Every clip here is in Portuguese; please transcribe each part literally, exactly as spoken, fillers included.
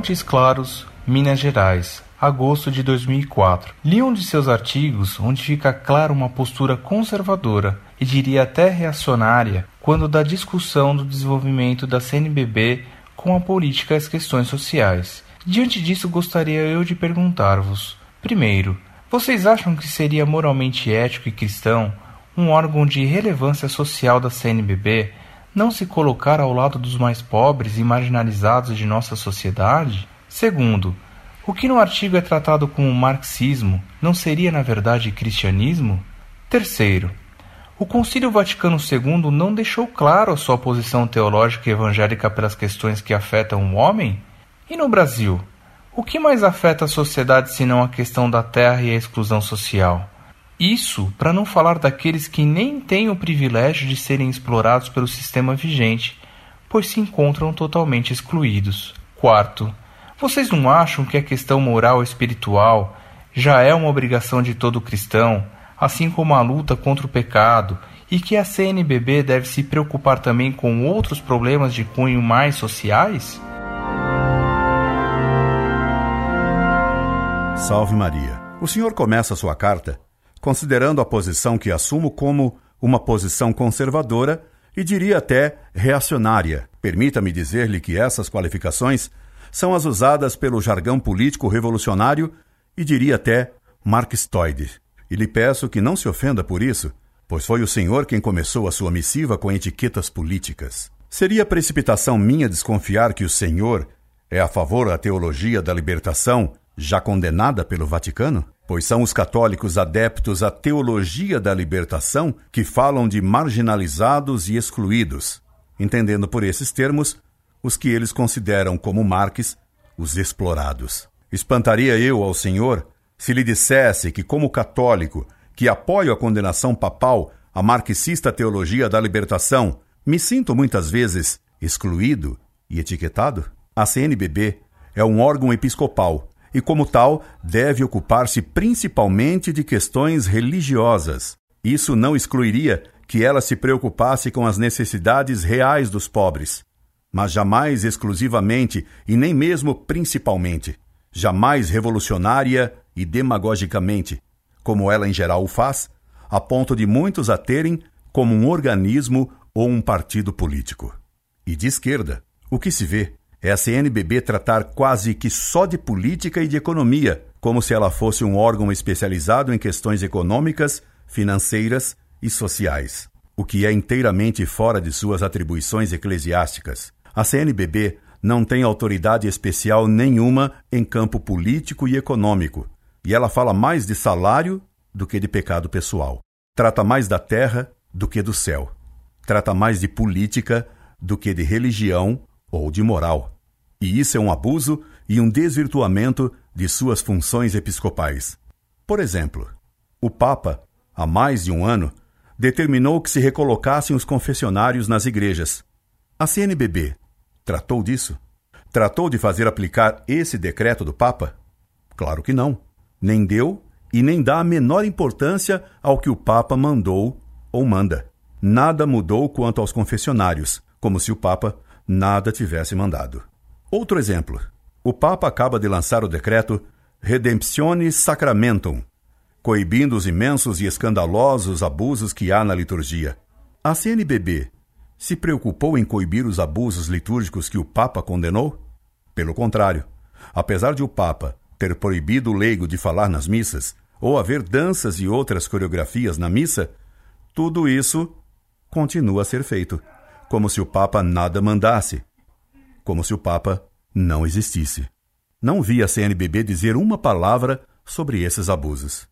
Montes Claros, Minas Gerais, agosto de dois mil e quatro. Li um de seus artigos onde fica clara uma postura conservadora e diria até reacionária quando da discussão do desenvolvimento da C N B B com a política e as questões sociais. Diante disso, gostaria eu de perguntar-vos: primeiro, vocês acham que seria moralmente ético e cristão um órgão de relevância social da C N B B não se colocar ao lado dos mais pobres e marginalizados de nossa sociedade? Segundo, o que no artigo é tratado como marxismo não seria na verdade cristianismo? Terceiro, o Concílio Vaticano segundo não deixou claro a sua posição teológica e evangélica pelas questões que afetam o homem? E no Brasil, o que mais afeta a sociedade senão a questão da terra e a exclusão social? Isso para não falar daqueles que nem têm o privilégio de serem explorados pelo sistema vigente, pois se encontram totalmente excluídos. Quarto, vocês não acham que a questão moral e espiritual já é uma obrigação de todo cristão, assim como a luta contra o pecado, e que a C N B B deve se preocupar também com outros problemas de cunho mais sociais? Salve Maria. O senhor começa sua carta considerando a posição que assumo como uma posição conservadora e diria até reacionária. Permita-me dizer-lhe que essas qualificações são as usadas pelo jargão político revolucionário e diria até marxistoide. E lhe peço que não se ofenda por isso, pois foi o senhor quem começou a sua missiva com etiquetas políticas. Seria precipitação minha desconfiar que o senhor é a favor da teologia da libertação já condenada pelo Vaticano? Pois são os católicos adeptos à teologia da libertação que falam de marginalizados e excluídos, entendendo por esses termos os que eles consideram como Marx os explorados. Espantaria eu ao senhor se lhe dissesse que, como católico que apoio a condenação papal à marxista teologia da libertação, me sinto muitas vezes excluído e etiquetado? A C N B B é um órgão episcopal e, como tal, deve ocupar-se principalmente de questões religiosas. Isso não excluiria que ela se preocupasse com as necessidades reais dos pobres, mas jamais exclusivamente e nem mesmo principalmente, jamais revolucionária e demagogicamente, como ela em geral o faz, a ponto de muitos a terem como um organismo ou um partido político. E de esquerda, o que se vê é a C N B B tratar quase que só de política e de economia, como se ela fosse um órgão especializado em questões econômicas, financeiras e sociais, o que é inteiramente fora de suas atribuições eclesiásticas. A C N B B não tem autoridade especial nenhuma em campo político e econômico, e ela fala mais de salário do que de pecado pessoal. Trata mais da terra do que do céu. Trata mais de política do que de religião ou de moral. E isso é um abuso e um desvirtuamento de suas funções episcopais. Por exemplo, o Papa, há mais de um ano, determinou que se recolocassem os confessionários nas igrejas. A C N B B tratou disso? Tratou de fazer aplicar esse decreto do Papa? Claro que não. Nem deu e nem dá a menor importância ao que o Papa mandou ou manda. Nada mudou quanto aos confessionários, como se o Papa nada tivesse mandado. Outro exemplo. O Papa acaba de lançar o decreto Redemptionis Sacramentum, coibindo os imensos e escandalosos abusos que há na liturgia. A C N B B se preocupou em coibir os abusos litúrgicos que o Papa condenou? Pelo contrário, apesar de o Papa ter proibido o leigo de falar nas missas, ou haver danças e outras coreografias na missa, tudo isso continua a ser feito, como se o Papa nada mandasse, como se o Papa não existisse. Não vi a C N B B dizer uma palavra sobre esses abusos.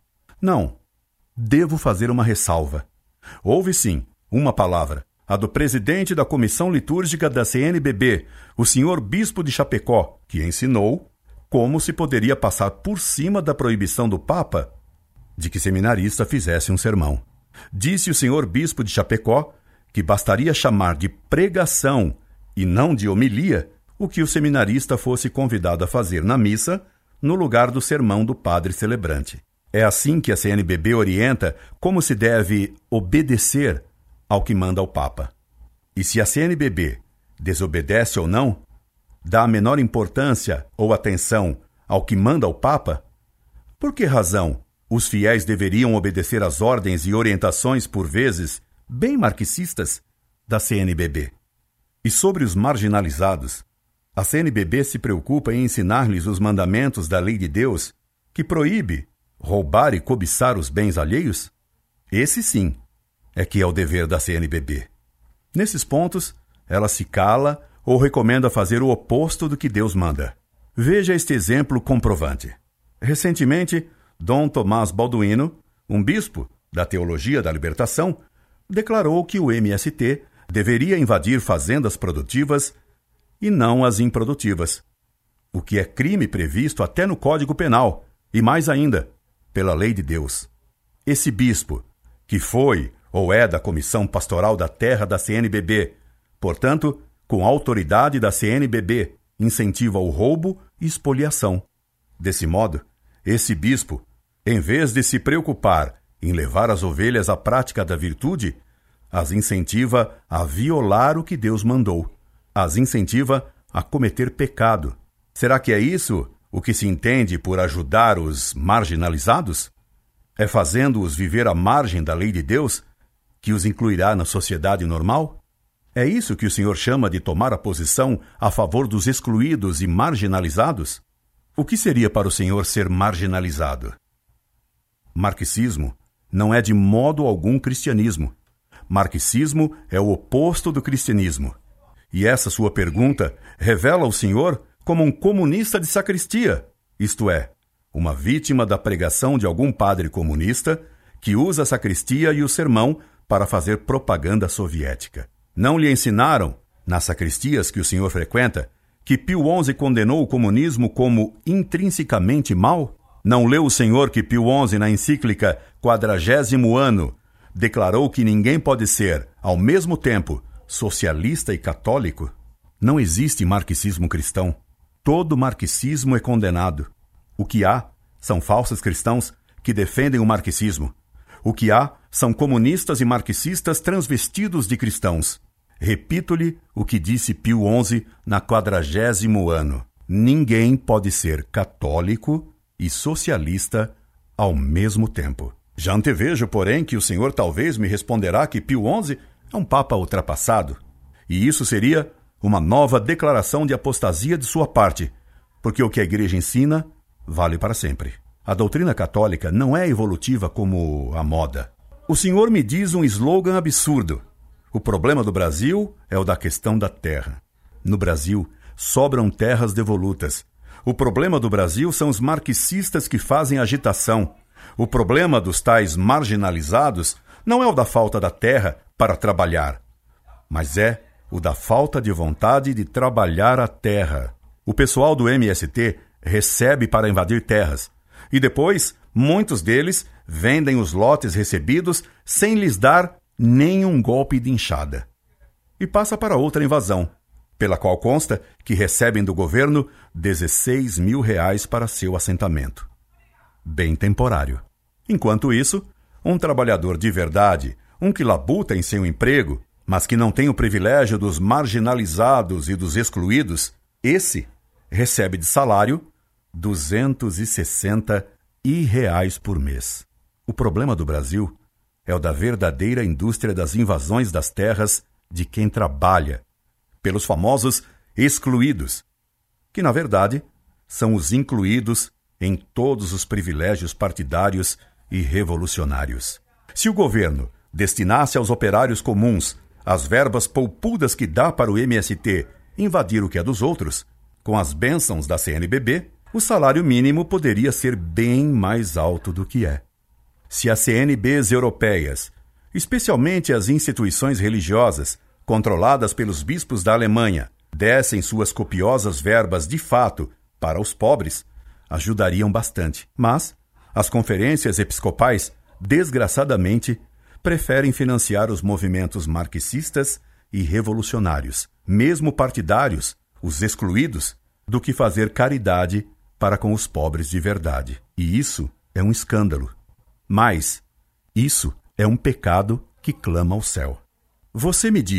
Não, devo fazer uma ressalva. Houve sim uma palavra, a do presidente da Comissão Litúrgica da C N B B, o senhor Bispo de Chapecó, que ensinou como se poderia passar por cima da proibição do Papa de que seminarista fizesse um sermão. Disse o senhor Bispo de Chapecó que bastaria chamar de pregação e não de homilia o que o seminarista fosse convidado a fazer na missa no lugar do sermão do padre celebrante. É assim que a C N B B orienta como se deve obedecer ao que manda o Papa. E se a C N B B desobedece ou não, dá a menor importância ou atenção ao que manda o Papa? Por que razão os fiéis deveriam obedecer às ordens e orientações, por vezes, bem marxistas, da C N B B? E sobre os marginalizados, a C N B B se preocupa em ensinar-lhes os mandamentos da lei de Deus, que proíbe roubar e cobiçar os bens alheios? Esse sim é que é o dever da C N B B. Nesses pontos, ela se cala ou recomenda fazer o oposto do que Deus manda. Veja este exemplo comprovante. Recentemente, Dom Tomás Balduino, um bispo da Teologia da Libertação, declarou que o M S T deveria invadir fazendas produtivas e não as improdutivas, o que é crime previsto até no Código Penal e, mais ainda, pela lei de Deus. Esse bispo, que foi ou é da Comissão Pastoral da Terra da C N B B, portanto, com autoridade da C N B B, incentiva o roubo e espoliação. Desse modo, esse bispo, em vez de se preocupar em levar as ovelhas à prática da virtude, as incentiva a violar o que Deus mandou, as incentiva a cometer pecado. Será que é isso o que se entende por ajudar os marginalizados? É fazendo-os viver à margem da lei de Deus que os incluirá na sociedade normal? É isso que o Senhor chama de tomar a posição a favor dos excluídos e marginalizados? O que seria para o Senhor ser marginalizado? Marxismo não é de modo algum cristianismo. Marxismo é o oposto do cristianismo. E essa sua pergunta revela o Senhor como um comunista de sacristia, isto é, uma vítima da pregação de algum padre comunista que usa a sacristia e o sermão para fazer propaganda soviética. Não lhe ensinaram, nas sacristias que o Senhor frequenta, que Pio onze condenou o comunismo como intrinsecamente mau? Não leu o Senhor que Pio onze, na encíclica Quadragésimo Ano, declarou que ninguém pode ser, ao mesmo tempo, socialista e católico? Não existe marxismo cristão. Todo marxismo é condenado. O que há são falsos cristãos que defendem o marxismo. O que há são comunistas e marxistas transvestidos de cristãos. Repito-lhe o que disse Pio onze na quadragésimo ano. Ninguém pode ser católico e socialista ao mesmo tempo. Já antevejo, porém, que o Senhor talvez me responderá que Pio onze é um papa ultrapassado. E isso seria uma nova declaração de apostasia de sua parte, porque o que a Igreja ensina vale para sempre. A doutrina católica não é evolutiva como a moda. O Senhor me diz um slogan absurdo. O problema do Brasil é o da questão da terra. No Brasil, sobram terras devolutas. O problema do Brasil são os marxistas que fazem agitação. O problema dos tais marginalizados não é o da falta da terra para trabalhar, mas é o da falta de vontade de trabalhar a terra. O pessoal do M S T recebe para invadir terras, e depois muitos deles vendem os lotes recebidos sem lhes dar nenhum golpe de enxada. E passa para outra invasão, pela qual consta que recebem do governo dezesseis mil reais para seu assentamento. Bem temporário. Enquanto isso, um trabalhador de verdade, um que labuta em seu emprego, mas que não tem o privilégio dos marginalizados e dos excluídos, esse recebe de salário duzentos e sessenta reais por mês. O problema do Brasil é o da verdadeira indústria das invasões das terras de quem trabalha, pelos famosos excluídos, que, na verdade, são os incluídos em todos os privilégios partidários e revolucionários. Se o governo destinasse aos operários comuns as verbas poupudas que dá para o M S T invadir o que é dos outros, com as bênçãos da C N B B, o salário mínimo poderia ser bem mais alto do que é. Se as C N Bs europeias, especialmente as instituições religiosas, controladas pelos bispos da Alemanha, dessem suas copiosas verbas de fato para os pobres, ajudariam bastante. Mas as conferências episcopais, desgraçadamente, preferem financiar os movimentos marxistas e revolucionários, mesmo partidários, os excluídos, do que fazer caridade para com os pobres de verdade. E isso é um escândalo. Mas isso é um pecado que clama ao céu. Você me diz,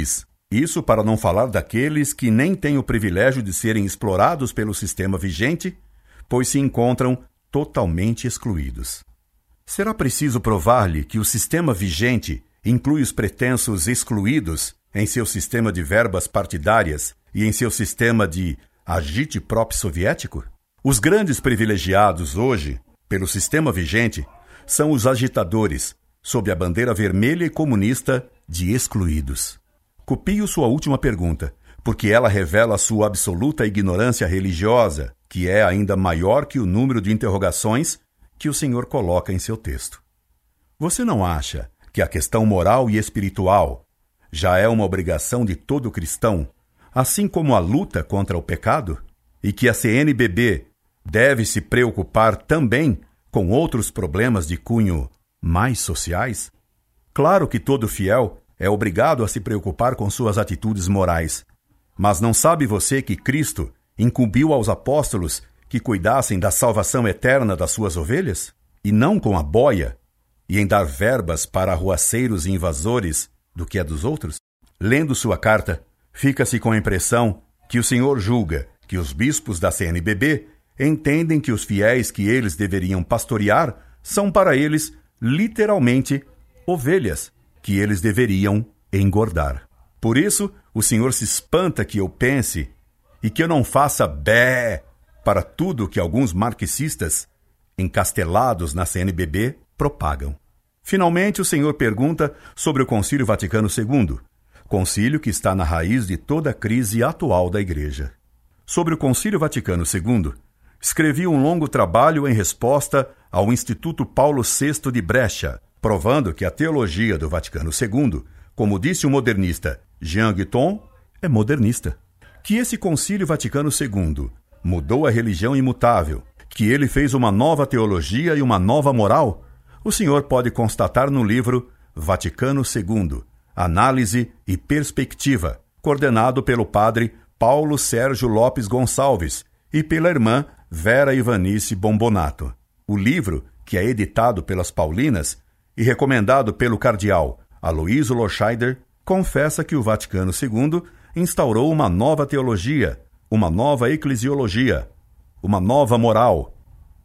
Isso para não falar daqueles que nem têm o privilégio de serem explorados pelo sistema vigente, pois se encontram totalmente excluídos. Será preciso provar-lhe que o sistema vigente inclui os pretensos excluídos em seu sistema de verbas partidárias e em seu sistema de agite próprio soviético? Os grandes privilegiados hoje, pelo sistema vigente, são os agitadores, sob a bandeira vermelha e comunista de excluídos. Copio sua última pergunta, porque ela revela sua absoluta ignorância religiosa, que é ainda maior que o número de interrogações que o senhor coloca em seu texto. Você não acha que a questão moral e espiritual já é uma obrigação de todo cristão, assim como a luta contra o pecado? E que a C N B B deve se preocupar também com outros problemas de cunho mais sociais? Claro que todo fiel é obrigado a se preocupar com suas atitudes morais. Mas não sabe você que Cristo incumbiu aos apóstolos que cuidassem da salvação eterna das suas ovelhas? E não com a boia, e em dar verbas para arruaceiros e invasores do que é dos outros? Lendo sua carta, fica-se com a impressão que o senhor julga que os bispos da C N B B entendem que os fiéis que eles deveriam pastorear são para eles, literalmente, ovelhas que eles deveriam engordar. Por isso, o senhor se espanta que eu pense e que eu não faça bé para tudo que alguns marxistas, encastelados na C N B B, propagam. Finalmente, o senhor pergunta sobre o Concílio Vaticano segundo, concílio que está na raiz de toda a crise atual da Igreja. Sobre o Concílio Vaticano segundo, escrevi um longo trabalho em resposta ao Instituto Paulo sexto de Brecha, provando que a teologia do Vaticano segundo, como disse o modernista Jean Guiton, é modernista. Que esse Concílio Vaticano segundo mudou a religião imutável, que ele fez uma nova teologia e uma nova moral, o senhor pode constatar no livro Vaticano segundo, Análise e Perspectiva, coordenado pelo padre Paulo Sérgio Lopes Gonçalves e pela irmã Vera Ivanice Bombonato. O livro, que é editado pelas Paulinas e recomendado pelo cardeal Aloysio Lorscheider, confessa que o Vaticano segundo instaurou uma nova teologia, uma nova eclesiologia, uma nova moral.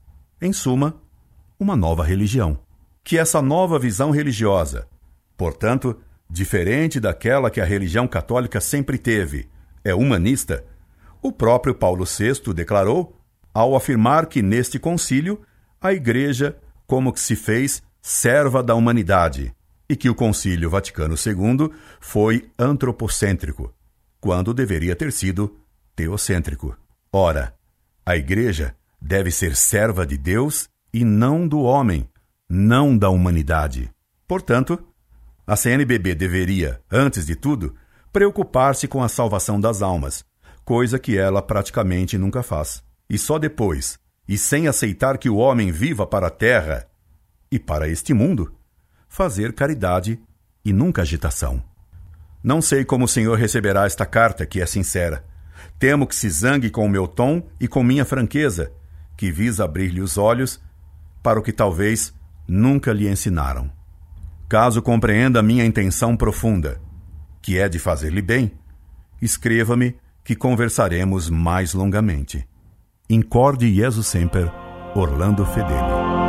Em suma, uma nova religião. Que essa nova visão religiosa, portanto, diferente daquela que a religião católica sempre teve, é humanista, o próprio Paulo sexto declarou ao afirmar que neste concílio a Igreja como que se fez serva da humanidade e que o Concílio Vaticano segundo foi antropocêntrico, quando deveria ter sido teocêntrico. Ora, a Igreja deve ser serva de Deus e não do homem, não da humanidade. Portanto, a C N B B deveria, antes de tudo, preocupar-se com a salvação das almas, coisa que ela praticamente nunca faz. E só depois, e sem aceitar que o homem viva para a terra e para este mundo, fazer caridade e nunca agitação. Não sei como o senhor receberá esta carta, que é sincera. Temo que se zangue com o meu tom e com minha franqueza, que visa abrir-lhe os olhos para o que talvez nunca lhe ensinaram. Caso compreenda minha intenção profunda, que é de fazer-lhe bem, escreva-me que conversaremos mais longamente. Incorde Jesus Semper, Orlando Fedeli.